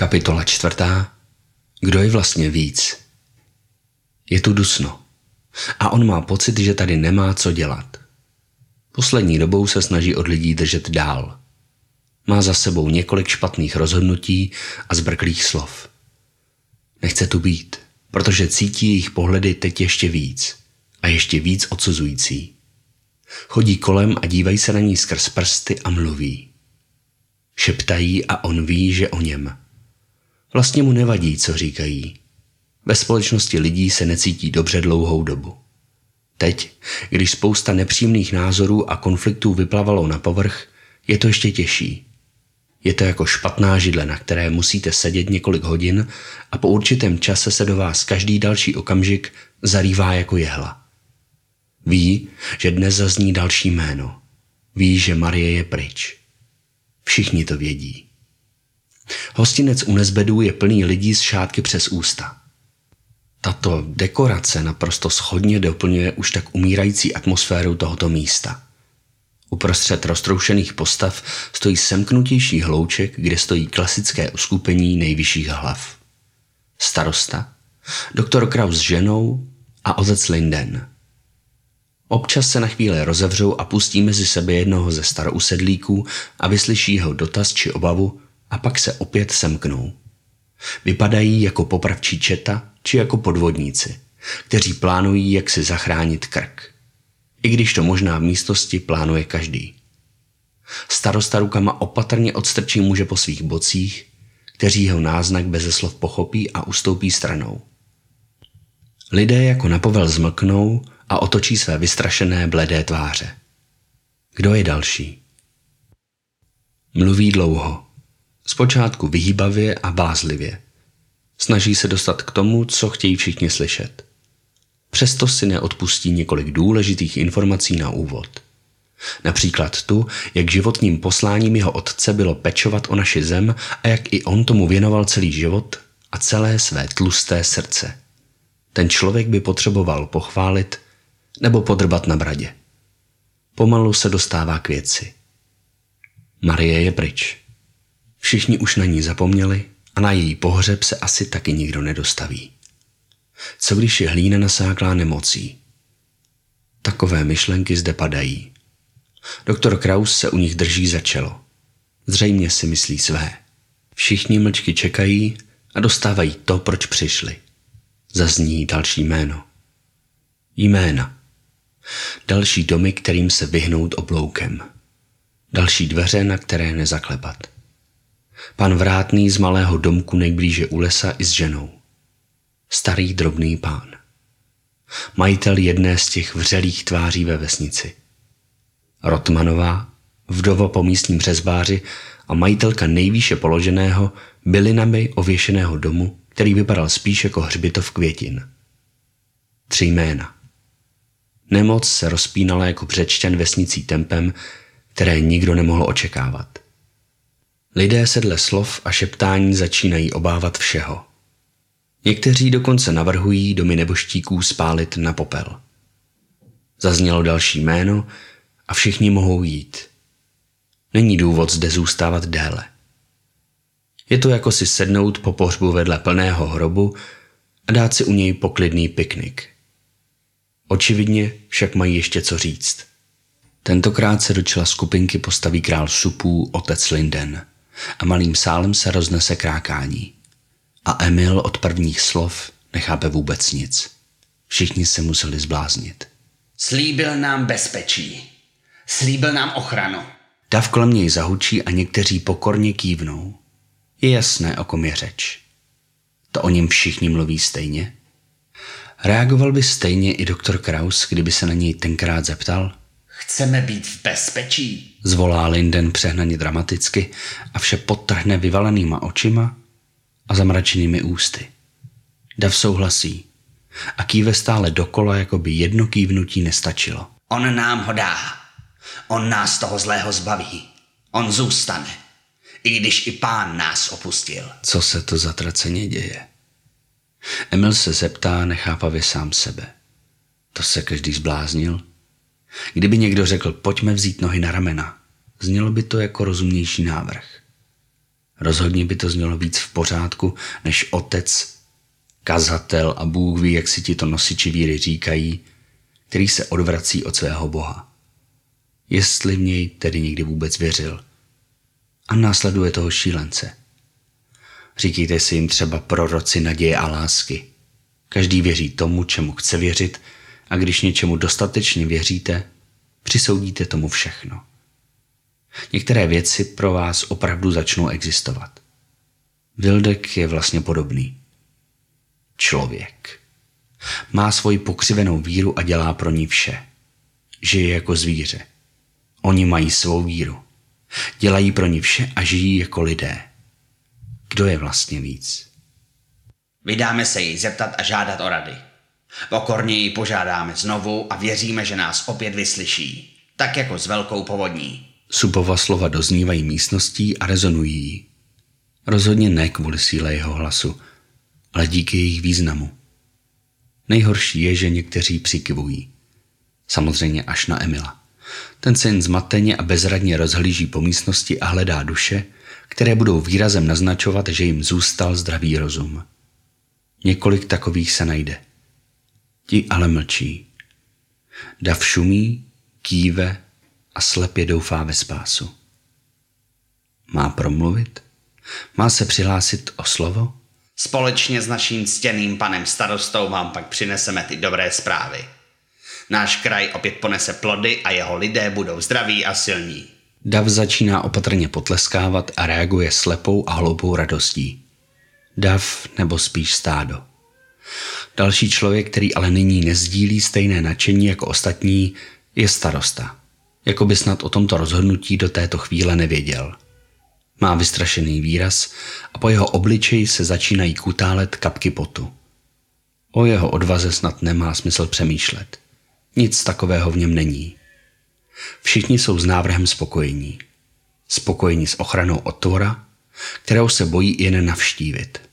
Kapitola 4. Kdo je vlastně víc? Je tu dusno. A on má pocit, že tady nemá co dělat. Poslední dobou se snaží od lidí držet dál. Má za sebou několik špatných rozhodnutí a zbrklých slov. Nechce tu být, protože cítí jejich pohledy teď ještě víc a ještě víc odsuzující. Chodí kolem a dívají se na ní skrz prsty a mluví. Šeptají a on ví, že o něm. Vlastně mu nevadí, co říkají. Ve společnosti lidí se necítí dobře dlouhou dobu. Teď, když spousta nepříjemných názorů a konfliktů vyplavalo na povrch, je to ještě těžší. Je to jako špatná židle, na které musíte sedět několik hodin a po určitém čase se do vás každý další okamžik zarývá jako jehla. Ví, že dnes zazní další jméno. Ví, že Marie je pryč. Všichni to vědí. Hostinec u Nesbedů je plný lidí s šátky přes ústa. Tato dekorace naprosto shodně doplňuje už tak umírající atmosféru tohoto místa. Uprostřed roztroušených postav stojí semknutější hlouček, kde stojí klasické uskupení nejvyšších hlav. Starosta, doktor Kraus s ženou a otec Linden. Občas se na chvíli rozevřou a pustí mezi sebe jednoho ze starousedlíků a vyslyší jeho dotaz či obavu a pak se opět semknou. Vypadají jako popravčí četa či jako podvodníci, kteří plánují, jak si zachránit krk. I když to možná v místnosti plánuje každý. Starosta rukama opatrně odstrčí muže po svých bocích, kteří jeho náznak beze slov pochopí a ustoupí stranou. Lidé jako na povel zmlknou a otočí své vystrašené bledé tváře. Kdo je další? Mluví dlouho. Zpočátku vyhýbavě a bázlivě. Snaží se dostat k tomu, co chtějí všichni slyšet. Přesto si neodpustí několik důležitých informací na úvod. Například tu, jak životním posláním jeho otce bylo pečovat o naši zem a jak i on tomu věnoval celý život a celé své tlusté srdce. Ten člověk by potřeboval pochválit nebo podrbat na bradě. Pomalu se dostává k věci. Marie je pryč. Všichni už na ní zapomněli a na její pohřeb se asi taky nikdo nedostaví. Co když je hlína nasáklá nemocí? Takové myšlenky zde padají. Doktor Kraus se u nich drží za čelo. Zřejmě si myslí své. Všichni mlčky čekají a dostávají to, proč přišli. Zazní další jméno. Jména. Další domy, kterým se vyhnout obloukem. Další dveře, na které nezaklepat. Pan Vrátný z malého domku nejblíže u lesa i s ženou. Starý drobný pán. Majitel jedné z těch vřelých tváří ve vesnici. Rotmanová, vdova po místním řezbáři a majitelka nejvýše položeného, bylinami ověšeného domu, který vypadal spíš jako hřbitov květin. 3 jména. Nemoc se rozpínala jako břečťan vesnicí tempem, které nikdo nemohl očekávat. Lidé se dle slov a šeptání začínají obávat všeho. Někteří dokonce navrhují domy neboštíků spálit na popel. Zaznělo další jméno a všichni mohou jít. Není důvod zde zůstávat déle. Je to jako si sednout po pohřbu vedle plného hrobu a dát si u něj poklidný piknik. Očividně však mají ještě co říct. Tentokrát se do čela skupinky postaví král supů otec Linden a malým sálem se roznese krákání. A Emil od prvních slov nechápe vůbec nic. Všichni se museli zbláznit. Slíbil nám bezpečí. Slíbil nám ochranu. Dav kolem něj zahučí a někteří pokorně kývnou. Je jasné, o kom je řeč. To o něm všichni mluví stejně? Reagoval by stejně i doktor Kraus, kdyby se na něj tenkrát zeptal? Chceme být v bezpečí, Zvolá Linden přehnaně dramaticky a vše podtrhne vyvalenýma očima a zamračenými ústy. Dav souhlasí a kýve stále dokola, jako by jedno kývnutí nestačilo. On nám ho dá. On nás toho zlého zbaví. On zůstane. I když i pán nás opustil. Co se to zatraceně děje? Emil se zeptá nechápavě sám sebe. To se každý zbláznil? Kdyby někdo řekl, pojďme vzít nohy na ramena, znělo by to jako rozumnější návrh. Rozhodně by to znělo víc v pořádku, než otec, kazatel a Bůh ví, jak si ti to nosiči víry říkají, který se odvrací od svého Boha. Jestli v něj tedy někdy vůbec věřil. A následuje toho šílence. Říkejte si jim třeba proroci naděje a lásky. Každý věří tomu, čemu chce věřit, a když něčemu dostatečně věříte, přisoudíte tomu všechno. Některé věci pro vás opravdu začnou existovat. Wildek je vlastně podobný. Člověk. Má svoji pokřivenou víru a dělá pro ní vše. Žije jako zvíře. Oni mají svou víru. Dělají pro ní vše a žijí jako lidé. Kdo je vlastně víc? Vydáme se jí zeptat a žádat o rady. Pokorně ji požádáme znovu a věříme, že nás opět vyslyší. Tak jako s velkou povodní. Supova slova doznívají místností a rezonují jí. Rozhodně ne kvůli síle jeho hlasu, ale díky jejich významu. Nejhorší je, že někteří přikyvují. Samozřejmě až na Emila. Ten se jen zmateně a bezradně rozhlíží po místnosti a hledá duše, které budou výrazem naznačovat, že jim zůstal zdravý rozum. Několik takových se najde. Ti ale mlčí. Dav šumí, kýve a slepě doufá ve spásu. Má promluvit? Má se přihlásit o slovo? Společně s naším ctěným panem starostou vám pak přineseme ty dobré zprávy. Náš kraj opět ponese plody a jeho lidé budou zdraví a silní. Dav začíná opatrně potleskávat a reaguje slepou a hloupou radostí. Dav nebo spíš stádo. Další člověk, který ale nyní nezdílí stejné nadšení jako ostatní, je starosta. Jako by snad o tomto rozhodnutí do této chvíle nevěděl. Má vystrašený výraz a po jeho obličeji se začínají kutálet kapky potu. O jeho odvaze snad nemá smysl přemýšlet. Nic takového v něm není. Všichni jsou s návrhem spokojení. Spokojení s ochranou od tvora, kterou se bojí jen navštívit.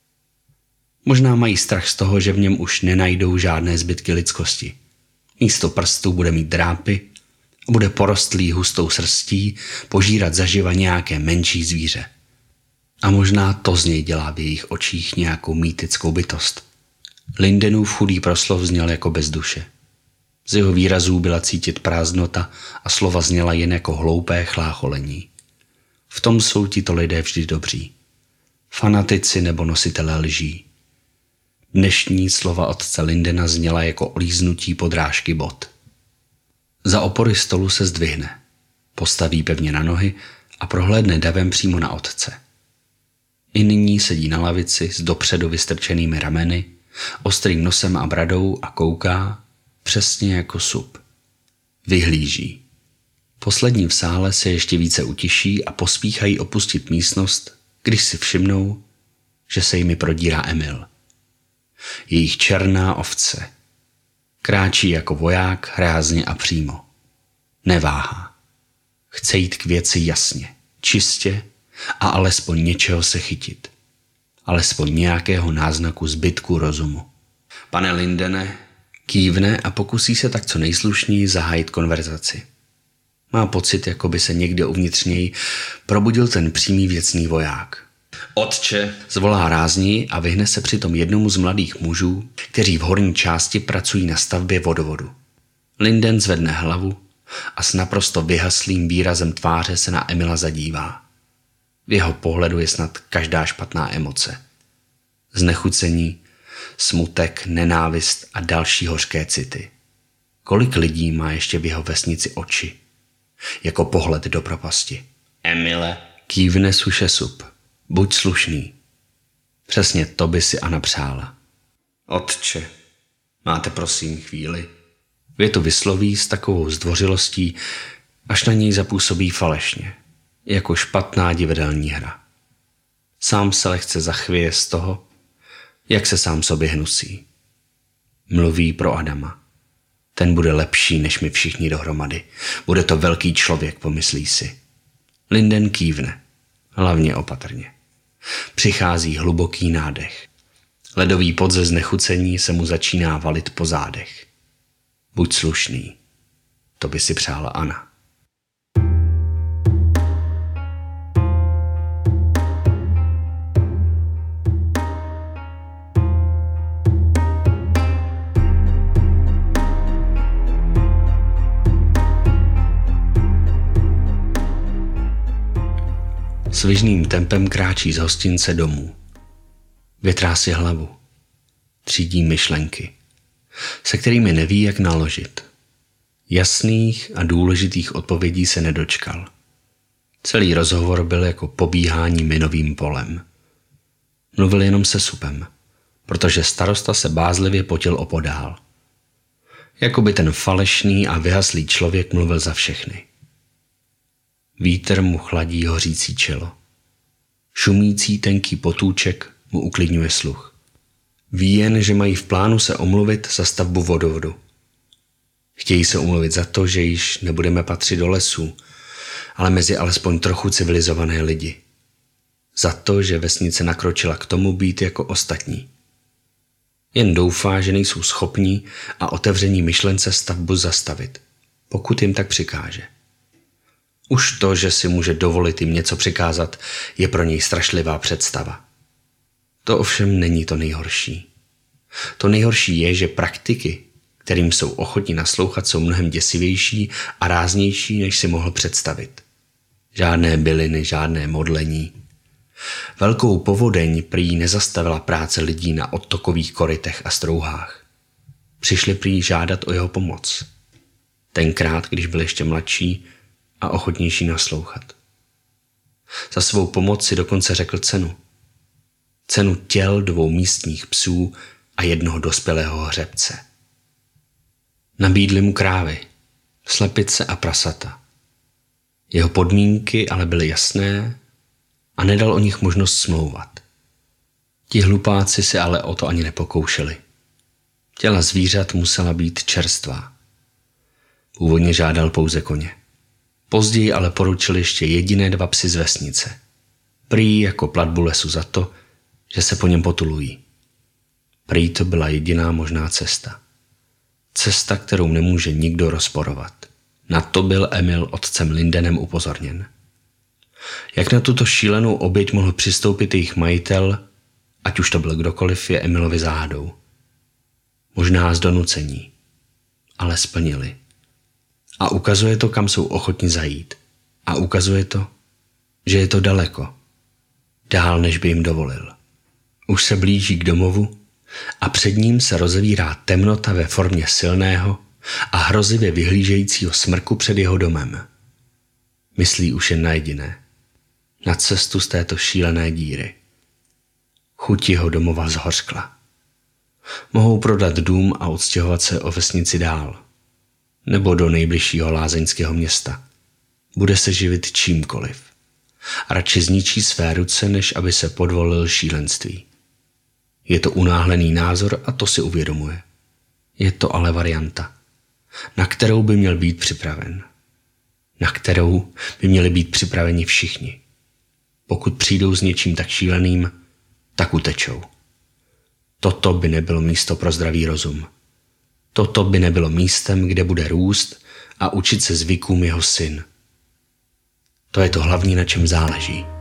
Možná mají strach z toho, že v něm už nenajdou žádné zbytky lidskosti. Místo prstů bude mít drápy a bude porostlý hustou srstí požírat zaživa nějaké menší zvíře. A možná to z něj dělá v jejich očích nějakou mýtickou bytost. Lindenův chudý proslov zněl jako bez duše. Z jeho výrazů byla cítit prázdnota a slova zněla jen jako hloupé chlácholení. V tom jsou tito lidé vždy dobří. Fanatici nebo nositelé lží. Dnešní slova otce Lindena zněla jako líznutí podrážky bot. Za opory stolu se zdvihne, postaví pevně na nohy a prohlédne davem přímo na otce. I nyní sedí na lavici s dopředu vystrčenými rameny, ostrým nosem a bradou a kouká, přesně jako sup. Vyhlíží. Poslední v sále se ještě více utiší a pospíchají opustit místnost, když si všimnou, že se jimi prodírá Emil. Jejich černá ovce. Kráčí jako voják rázně a přímo. Neváhá. Chce jít k věci jasně, čistě a alespoň něčeho se chytit. Alespoň nějakého náznaku zbytku rozumu. Pane Lindene, kývne a pokusí se tak co nejslušněji zahájit konverzaci. Má pocit, jako by se někde uvnitř něj probudil ten přímý věcný voják. Otče, Zvolá rázněji a vyhne se přitom jednomu z mladých mužů, kteří v horní části pracují na stavbě vodovodu. Linden zvedne hlavu a s naprosto vyhaslým výrazem tváře se na Emila zadívá. V jeho pohledu je snad každá špatná emoce. Znechucení, smutek, nenávist a další hořké city. Kolik lidí má ještě v jeho vesnici oči? Jako pohled do propasti. Emile, Kývne suše sup. Buď slušný. Přesně to by si Anna přála. Otče, máte prosím chvíli? Větu vysloví s takovou zdvořilostí, až na něj zapůsobí falešně, jako špatná divadelní hra. Sám se lehce zachvěje z toho, jak se sám sobě hnusí. Mluví pro Adama. Ten bude lepší než my všichni dohromady. Bude to velký člověk, pomyslí si. Linden kývne, hlavně opatrně. Přichází hluboký nádech. Ledový pot ze znechucení se mu začíná valit po zádech. Buď slušný, to by si přála Anna. Svižným tempem kráčí z hostince domů. Větrá si hlavu. Třídí myšlenky, se kterými neví, jak naložit. Jasných a důležitých odpovědí se nedočkal. Celý rozhovor byl jako pobíhání minovým polem. Mluvil jenom se supem, protože starosta se bázlivě potil opodál. Jakoby ten falešný a vyhaslý člověk mluvil za všechny. Vítr mu chladí hořící čelo. Šumící tenký potůček mu uklidňuje sluch. Ví jen, že mají v plánu se omluvit za stavbu vodovodu. Chtějí se omluvit za to, že již nebudeme patřit do lesů, ale mezi alespoň trochu civilizované lidi. Za to, že vesnice nakročila k tomu být jako ostatní. Jen doufá, že nejsou schopní a otevření myšlence stavbu zastavit, pokud jim tak přikáže. Už to, že si může dovolit jim něco přikázat, je pro něj strašlivá představa. To ovšem není to nejhorší. To nejhorší je, že praktiky, kterým jsou ochotní naslouchat, jsou mnohem děsivější a ráznější, než si mohl představit. Žádné byliny, žádné modlení. Velkou povodeň prý nezastavila práce lidí na odtokových korytech a strouhách. Přišli prý žádat o jeho pomoc. Tenkrát, když byl ještě mladší a ochotnější naslouchat. Za svou pomoc si dokonce řekl cenu. Cenu těl 2 místních psů a 1 dospělého hřebce. Nabídli mu krávy, slepice a prasata. Jeho podmínky ale byly jasné a nedal o nich možnost smlouvat. Ti hlupáci se ale o to ani nepokoušeli. Těla zvířat musela být čerstvá. Původně žádal pouze koně. Později ale poručil ještě jediné 2 psy z vesnice. Prý jako platbu lesu za to, že se po něm potulují. Prý to byla jediná možná cesta. Cesta, kterou nemůže nikdo rozporovat. Na to byl Emil otcem Lindenem upozorněn. Jak na tuto šílenou oběť mohl přistoupit jejich majitel, ať už to byl kdokoliv, je Emilovi záhadou. Možná z donucení, ale splnili. A ukazuje to, kam jsou ochotni zajít. A ukazuje to, že je to daleko. Dál, než by jim dovolil. Už se blíží k domovu a před ním se rozevírá temnota ve formě silného a hrozivě vyhlížejícího smrku před jeho domem. Myslí už jen na jediné. Na cestu z této šílené díry. Chuť jeho domova zhořkla. Mohou prodat dům a odstěhovat se o vesnici dál. Nebo do nejbližšího lázeňského města. Bude se živit čímkoliv. A radši zničí své ruce, než aby se podvolil šílenství. Je to unáhlený názor a to si uvědomuje. Je to ale varianta, na kterou by měl být připraven. Na kterou by měli být připraveni všichni. Pokud přijdou s něčím tak šíleným, tak utečou. Toto by nebylo místo pro zdravý rozum. Toto by nebylo místem, kde bude růst a učit se zvykům jeho syn. To je to hlavní, na čem záleží.